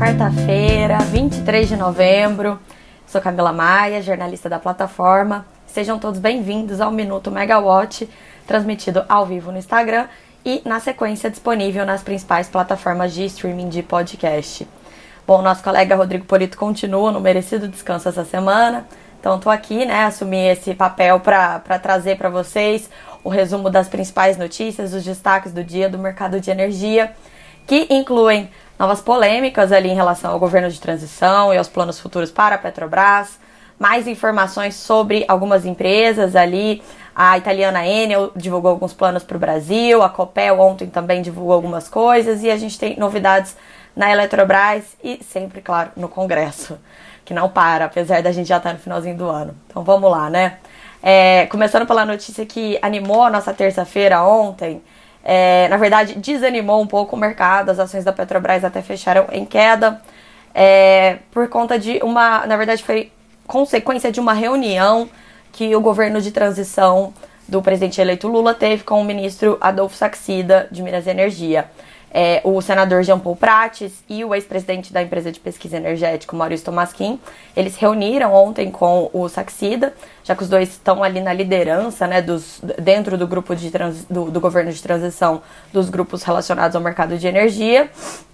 quarta-feira, 23 de novembro. Sou Camila Maia, jornalista da plataforma. Sejam todos bem-vindos ao Minuto Megawatt, transmitido ao vivo no Instagram e, na sequência, disponível nas principais plataformas de streaming de podcast. Bom, nosso colega Rodrigo Polito continua no merecido descanso essa semana, então estou aqui, assumi esse papel para trazer para vocês o resumo das principais notícias, os destaques do dia do mercado de energia, que incluem novas polêmicas ali em relação ao governo de transição e aos planos futuros para a Petrobras, mais informações sobre algumas empresas ali. A italiana Enel divulgou alguns planos para o Brasil, a Copel ontem também divulgou algumas coisas e a gente tem novidades na Eletrobras e sempre, claro, no Congresso, que não para, apesar da gente já estar no finalzinho do ano. Então vamos lá, começando pela notícia que animou a nossa terça-feira ontem, na verdade desanimou um pouco o mercado, as ações da Petrobras até fecharam em queda, por conta de na verdade foi consequência de uma reunião que o governo de transição do presidente eleito Lula teve com o ministro Adolfo Saxida, de Minas e Energia. O senador Jean Paul Prates e o ex-presidente da empresa de pesquisa energética, Maurício Tolmasquim, eles se reuniram ontem com o Saxida, já que os dois estão ali na liderança, dentro do grupo do governo de transição, dos grupos relacionados ao mercado de energia.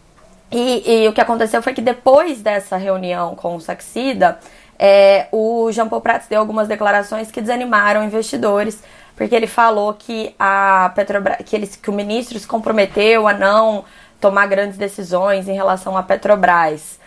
E o que aconteceu foi que depois dessa reunião com o Saxida, o Jean Paul Prates deu algumas declarações que desanimaram investidores, porque ele falou que a Petrobras, que o ministro se comprometeu a não tomar grandes decisões em relação à Petrobras,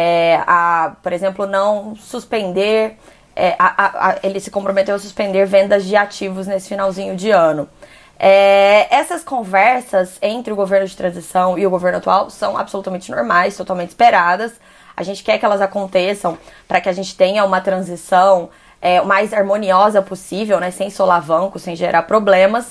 por exemplo, não suspender, ele se comprometeu a suspender vendas de ativos nesse finalzinho de ano. Essas conversas entre o governo de transição e o governo atual são absolutamente normais, totalmente esperadas. A gente quer que elas aconteçam para que a gente tenha uma transição o mais harmoniosa possível, sem solavanco, sem gerar problemas.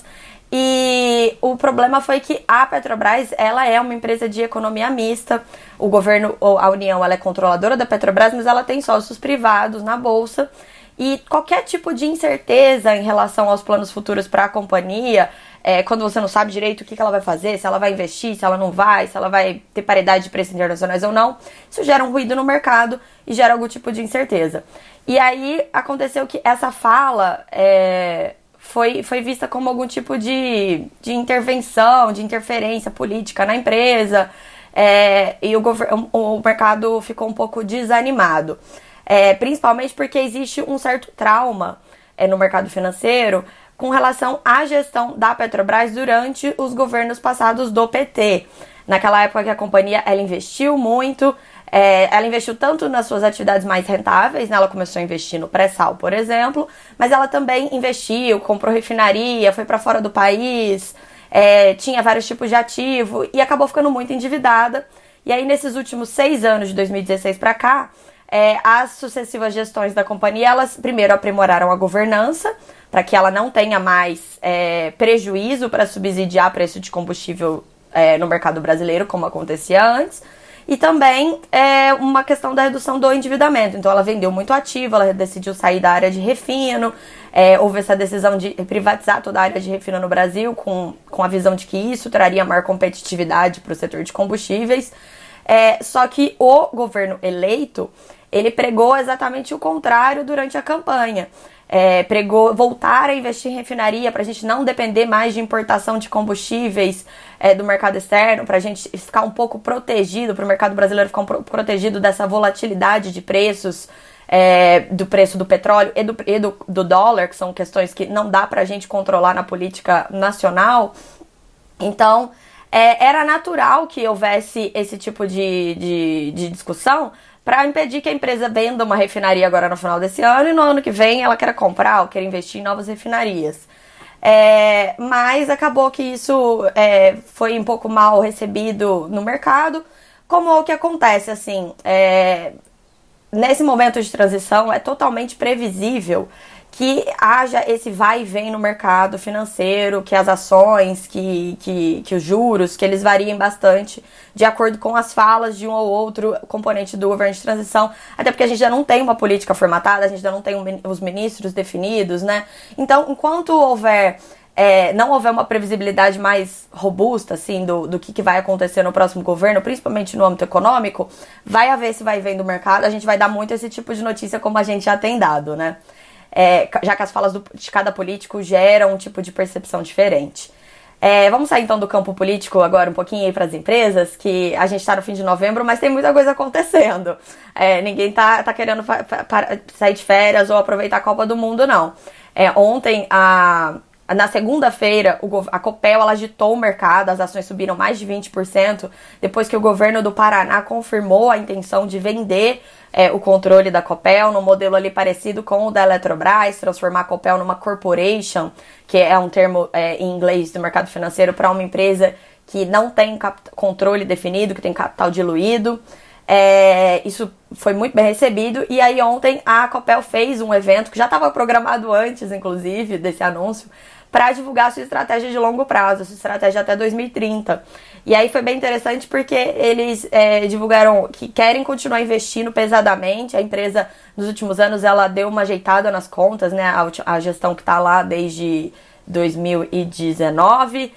E o problema foi que a Petrobras, ela é uma empresa de economia mista. O governo, a União, ela é controladora da Petrobras, mas ela tem sócios privados na Bolsa. E qualquer tipo de incerteza em relação aos planos futuros para a companhia, quando você não sabe direito o que ela vai fazer, se ela vai investir, se ela não vai, se ela vai ter paridade de preços internacionais ou não, isso gera um ruído no mercado e gera algum tipo de incerteza. E aí aconteceu que essa fala foi vista como algum tipo de intervenção, de interferência política na empresa, e o mercado ficou um pouco desanimado. Principalmente porque existe um certo trauma no mercado financeiro com relação à gestão da Petrobras durante os governos passados do PT. Naquela época que a companhia ela investiu muito, ela investiu tanto nas suas atividades mais rentáveis, ela começou a investir no pré-sal, por exemplo, mas ela também investiu, comprou refinaria, foi para fora do país, tinha vários tipos de ativo e acabou ficando muito endividada. E aí nesses últimos 6 anos, de 2016 para cá, as sucessivas gestões da companhia, elas primeiro aprimoraram a governança, para que ela não tenha mais prejuízo para subsidiar preço de combustível no mercado brasileiro, como acontecia antes, e também uma questão da redução do endividamento. Então ela vendeu muito ativo, ela decidiu sair da área de refino, houve essa decisão de privatizar toda a área de refino no Brasil, com a visão de que isso traria maior competitividade para o setor de combustíveis. Só que o governo eleito, ele pregou exatamente o contrário durante a campanha. Pregou voltar a investir em refinaria para a gente não depender mais de importação de combustíveis do mercado externo, para a gente ficar um pouco protegido, para o mercado brasileiro ficar protegido dessa volatilidade de preços, do preço do petróleo e do dólar, que são questões que não dá para a gente controlar na política nacional. Então, era natural que houvesse esse tipo de discussão para impedir que a empresa venda uma refinaria agora no final desse ano e no ano que vem ela queira comprar ou queira investir em novas refinarias. Mas acabou que isso foi um pouco mal recebido no mercado, como o que acontece, nesse momento de transição é totalmente previsível que haja esse vai e vem no mercado financeiro, que as ações, que os juros, que eles variem bastante de acordo com as falas de um ou outro componente do governo de transição, até porque a gente já não tem uma política formatada, a gente já não tem os ministros definidos, né? Então, enquanto houver não houver uma previsibilidade mais robusta, assim, do que vai acontecer no próximo governo, principalmente no âmbito econômico, vai haver esse vai e vem do mercado, a gente vai dar muito esse tipo de notícia como a gente já tem dado, né? Já que as falas de cada político geram um tipo de percepção diferente. Vamos sair então do campo político agora um pouquinho aí para as empresas, que a gente está no fim de novembro, mas tem muita coisa acontecendo. Ninguém tá querendo sair de férias ou aproveitar a Copa do Mundo, não. Ontem, na segunda-feira, a Copel ela agitou o mercado, as ações subiram mais de 20%, depois que o governo do Paraná confirmou a intenção de vender o controle da Copel, num modelo ali parecido com o da Eletrobras, transformar a Copel numa corporation, que é um termo em inglês do mercado financeiro para uma empresa que não tem controle definido, que tem capital diluído. Isso foi muito bem recebido, e aí ontem a Copel fez um evento que já estava programado antes, inclusive, desse anúncio, para divulgar a sua estratégia de longo prazo, a sua estratégia até 2030. E aí foi bem interessante porque eles divulgaram que querem continuar investindo pesadamente. A empresa, nos últimos anos, ela deu uma ajeitada nas contas, né? A gestão que está lá desde 2019.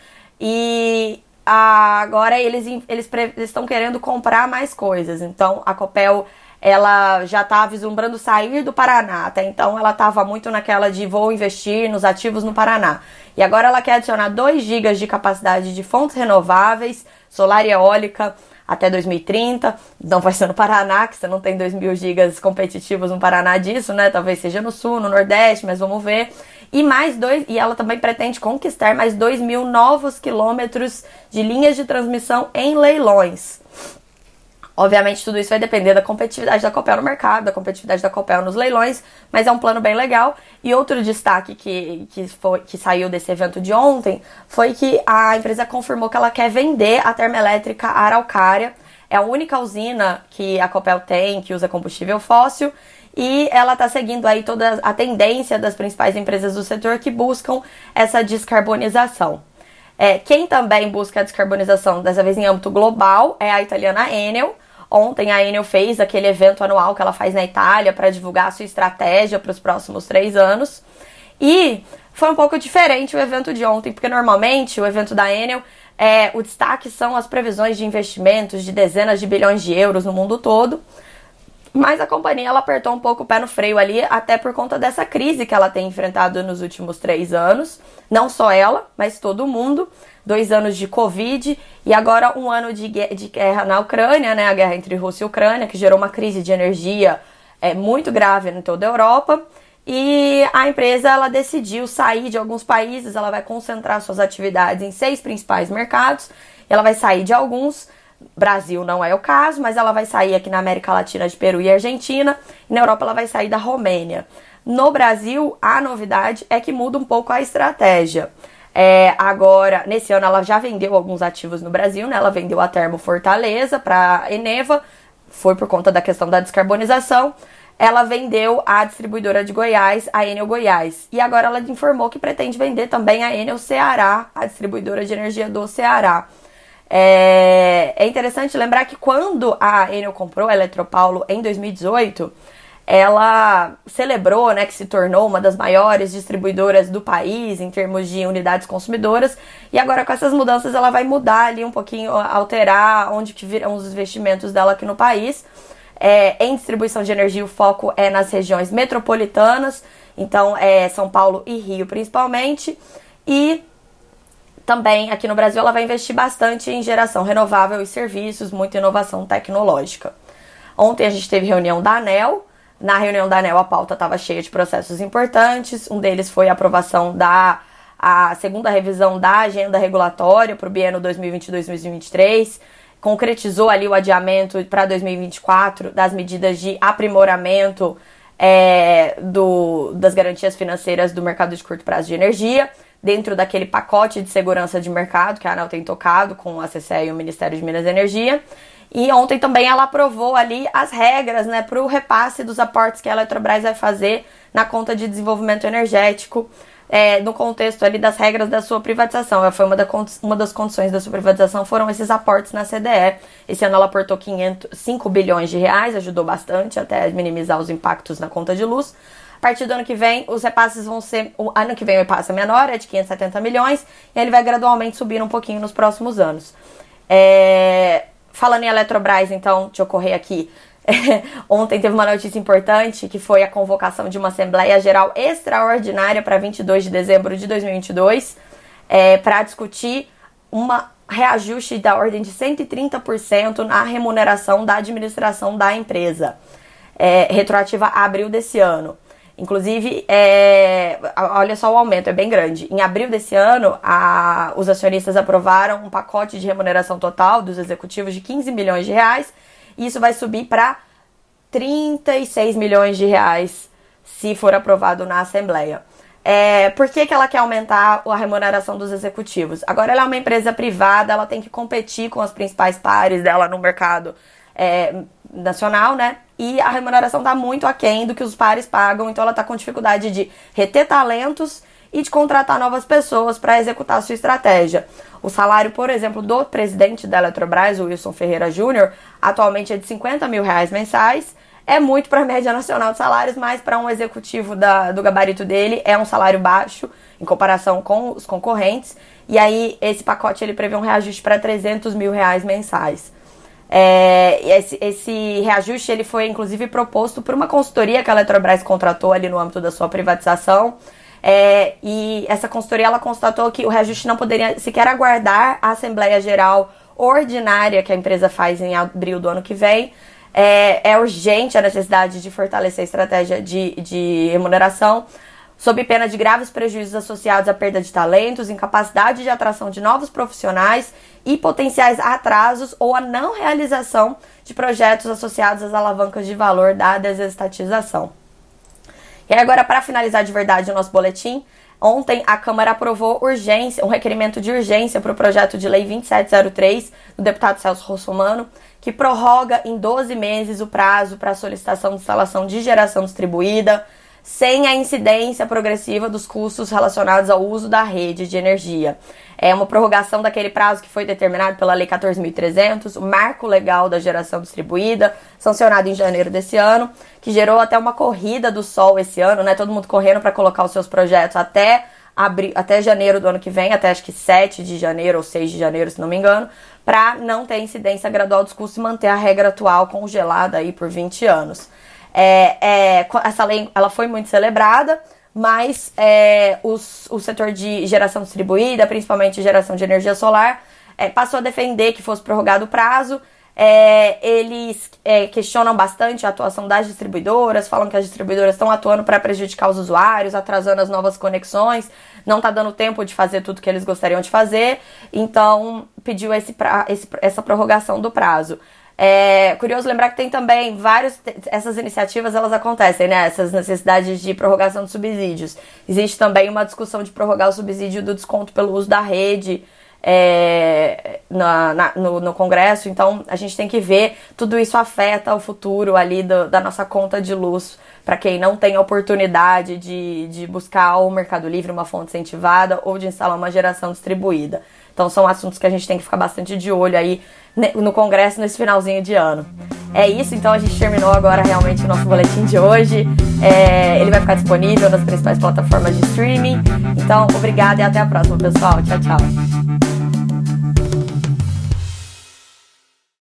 E agora eles estão querendo comprar mais coisas. Então, a Copel ela já está vislumbrando sair do Paraná. Até então, ela estava muito naquela de vou investir nos ativos no Paraná. E agora ela quer adicionar 2 gigas de capacidade de fontes renováveis, solar e eólica, até 2030. Não vai ser no Paraná, que você não tem 2.000 gigas competitivos no Paraná disso, né? Talvez seja no Sul, no Nordeste, mas vamos ver. E ela também pretende conquistar mais 2.000 novos quilômetros de linhas de transmissão em leilões. Obviamente, tudo isso vai depender da competitividade da Copel no mercado, da competitividade da Copel nos leilões, mas é um plano bem legal. E outro destaque que saiu desse evento de ontem foi que a empresa confirmou que ela quer vender a termoelétrica Araucária. É a única usina que a Copel tem que usa combustível fóssil, e ela está seguindo aí toda a tendência das principais empresas do setor que buscam essa descarbonização. Quem também busca a descarbonização, dessa vez em âmbito global, é a italiana Enel. Ontem a Enel fez aquele evento anual que ela faz na Itália para divulgar a sua estratégia para os próximos 3 anos. E foi um pouco diferente o evento de ontem, porque normalmente o evento da Enel, o destaque são as previsões de investimentos de dezenas de bilhões de euros no mundo todo. Mas a companhia ela apertou um pouco o pé no freio ali, até por conta dessa crise que ela tem enfrentado nos últimos 3 anos. Não só ela, mas todo mundo. 2 anos de Covid e agora 1 ano de guerra na Ucrânia, né? A guerra entre Rússia e Ucrânia, que gerou uma crise de energia muito grave em toda a Europa. E a empresa ela decidiu sair de alguns países, ela vai concentrar suas atividades em 6 principais mercados. Ela vai sair de alguns. Brasil não é o caso, mas ela vai sair aqui na América Latina de Peru e Argentina, e na Europa ela vai sair da Romênia. No Brasil, a novidade é que muda um pouco a estratégia. Agora, nesse ano ela já vendeu alguns ativos no Brasil, né? Ela vendeu a Termo Fortaleza para a Eneva, foi por conta da questão da descarbonização. Ela vendeu a distribuidora de Goiás, a Enel Goiás, e agora ela informou que pretende vender também a Enel Ceará, a distribuidora de energia do Ceará. É interessante lembrar que quando a Enel comprou a Eletropaulo em 2018, ela celebrou, né, que se tornou uma das maiores distribuidoras do país em termos de unidades consumidoras, e agora com essas mudanças ela vai mudar ali um pouquinho, alterar onde que virão os investimentos dela aqui no país. Em distribuição de energia o foco é nas regiões metropolitanas, então São Paulo e Rio principalmente, e também aqui no Brasil ela vai investir bastante em geração renovável e serviços, muita inovação tecnológica. Ontem a gente teve reunião da ANEEL. Na reunião da ANEEL a pauta estava cheia de processos importantes. Um deles foi a aprovação da segunda revisão da agenda regulatória para o biênio 2022-2023. Concretizou ali o adiamento para 2024 das medidas de aprimoramento das garantias financeiras do mercado de curto prazo de energia, dentro daquele pacote de segurança de mercado que a ANEEL tem tocado com a CCE e o Ministério de Minas e Energia. E ontem também ela aprovou ali as regras, né, para o repasse dos aportes que a Eletrobras vai fazer na conta de desenvolvimento energético, no contexto ali das regras da sua privatização. Foi uma das condições da sua privatização foram esses aportes na CDE. Esse ano ela aportou 5 bilhões de reais, ajudou bastante até a minimizar os impactos na conta de luz. A partir do ano que vem, os repasses vão ser... O ano que vem o repasse é menor, é de 570 milhões, e ele vai gradualmente subir um pouquinho nos próximos anos. Falando em Eletrobras, então, deixa eu correr aqui. Ontem teve uma notícia importante, que foi a convocação de uma Assembleia Geral Extraordinária para 22 de dezembro de 2022, para discutir uma reajuste da ordem de 130% na remuneração da administração da empresa, retroativa a abril desse ano. Inclusive, olha só o aumento, é bem grande. Em abril desse ano, os acionistas aprovaram um pacote de remuneração total dos executivos de 15 milhões de reais, e isso vai subir para 36 milhões de reais se for aprovado na Assembleia. Por que ela quer aumentar a remuneração dos executivos? Agora ela é uma empresa privada, ela tem que competir com as principais pares dela no mercado nacional, né? E a remuneração está muito aquém do que os pares pagam, então ela está com dificuldade de reter talentos e de contratar novas pessoas para executar a sua estratégia. O salário, por exemplo, do presidente da Eletrobras, o Wilson Ferreira Júnior, atualmente é de 50 mil reais mensais. É muito para a média nacional de salários, mas para um executivo do gabarito dele é um salário baixo em comparação com os concorrentes. E aí esse pacote ele prevê um reajuste para 300 mil reais mensais. Esse reajuste ele foi inclusive proposto por uma consultoria que a Eletrobras contratou ali no âmbito da sua privatização. E essa consultoria ela constatou que o reajuste não poderia sequer aguardar a Assembleia Geral Ordinária que a empresa faz em abril do ano que vem. É urgente a necessidade de fortalecer a estratégia de remuneração, sob pena de graves prejuízos associados à perda de talentos, incapacidade de atração de novos profissionais e potenciais atrasos ou a não realização de projetos associados às alavancas de valor da desestatização. E agora, para finalizar de verdade o nosso boletim, ontem a Câmara aprovou um requerimento de urgência para o projeto de lei 2703 do deputado Celso Russomano, que prorroga em 12 meses o prazo para a solicitação de instalação de geração distribuída, sem a incidência progressiva dos custos relacionados ao uso da rede de energia. É uma prorrogação daquele prazo que foi determinado pela Lei 14.300, o marco legal da geração distribuída, sancionado em janeiro desse ano, que gerou até uma corrida do sol esse ano, né? Todo mundo correndo para colocar os seus projetos até janeiro do ano que vem, até acho que 7 de janeiro ou 6 de janeiro, se não me engano, para não ter incidência gradual dos custos e manter a regra atual congelada aí por 20 anos. Essa lei ela foi muito celebrada, mas o setor de geração distribuída, principalmente geração de energia solar, passou a defender que fosse prorrogado o prazo. Eles questionam bastante a atuação das distribuidoras, falam que as distribuidoras estão atuando para prejudicar os usuários, atrasando as novas conexões, não está dando tempo de fazer tudo que eles gostariam de fazer, então pediu essa prorrogação do prazo. Curioso lembrar que tem também essas iniciativas elas acontecem, né? Essas necessidades de prorrogação de subsídios. Existe também uma discussão de prorrogar o subsídio do desconto pelo uso da rede no Congresso, então a gente tem que ver, tudo isso afeta o futuro ali da nossa conta de luz, para quem não tem a oportunidade de buscar o Mercado Livre, uma fonte incentivada, ou de instalar uma geração distribuída. Então são assuntos que a gente tem que ficar bastante de olho aí no Congresso nesse finalzinho de ano. É isso, então a gente terminou agora realmente o nosso boletim de hoje. Ele vai ficar disponível nas principais plataformas de streaming. Então, obrigada e até a próxima, pessoal. Tchau, tchau.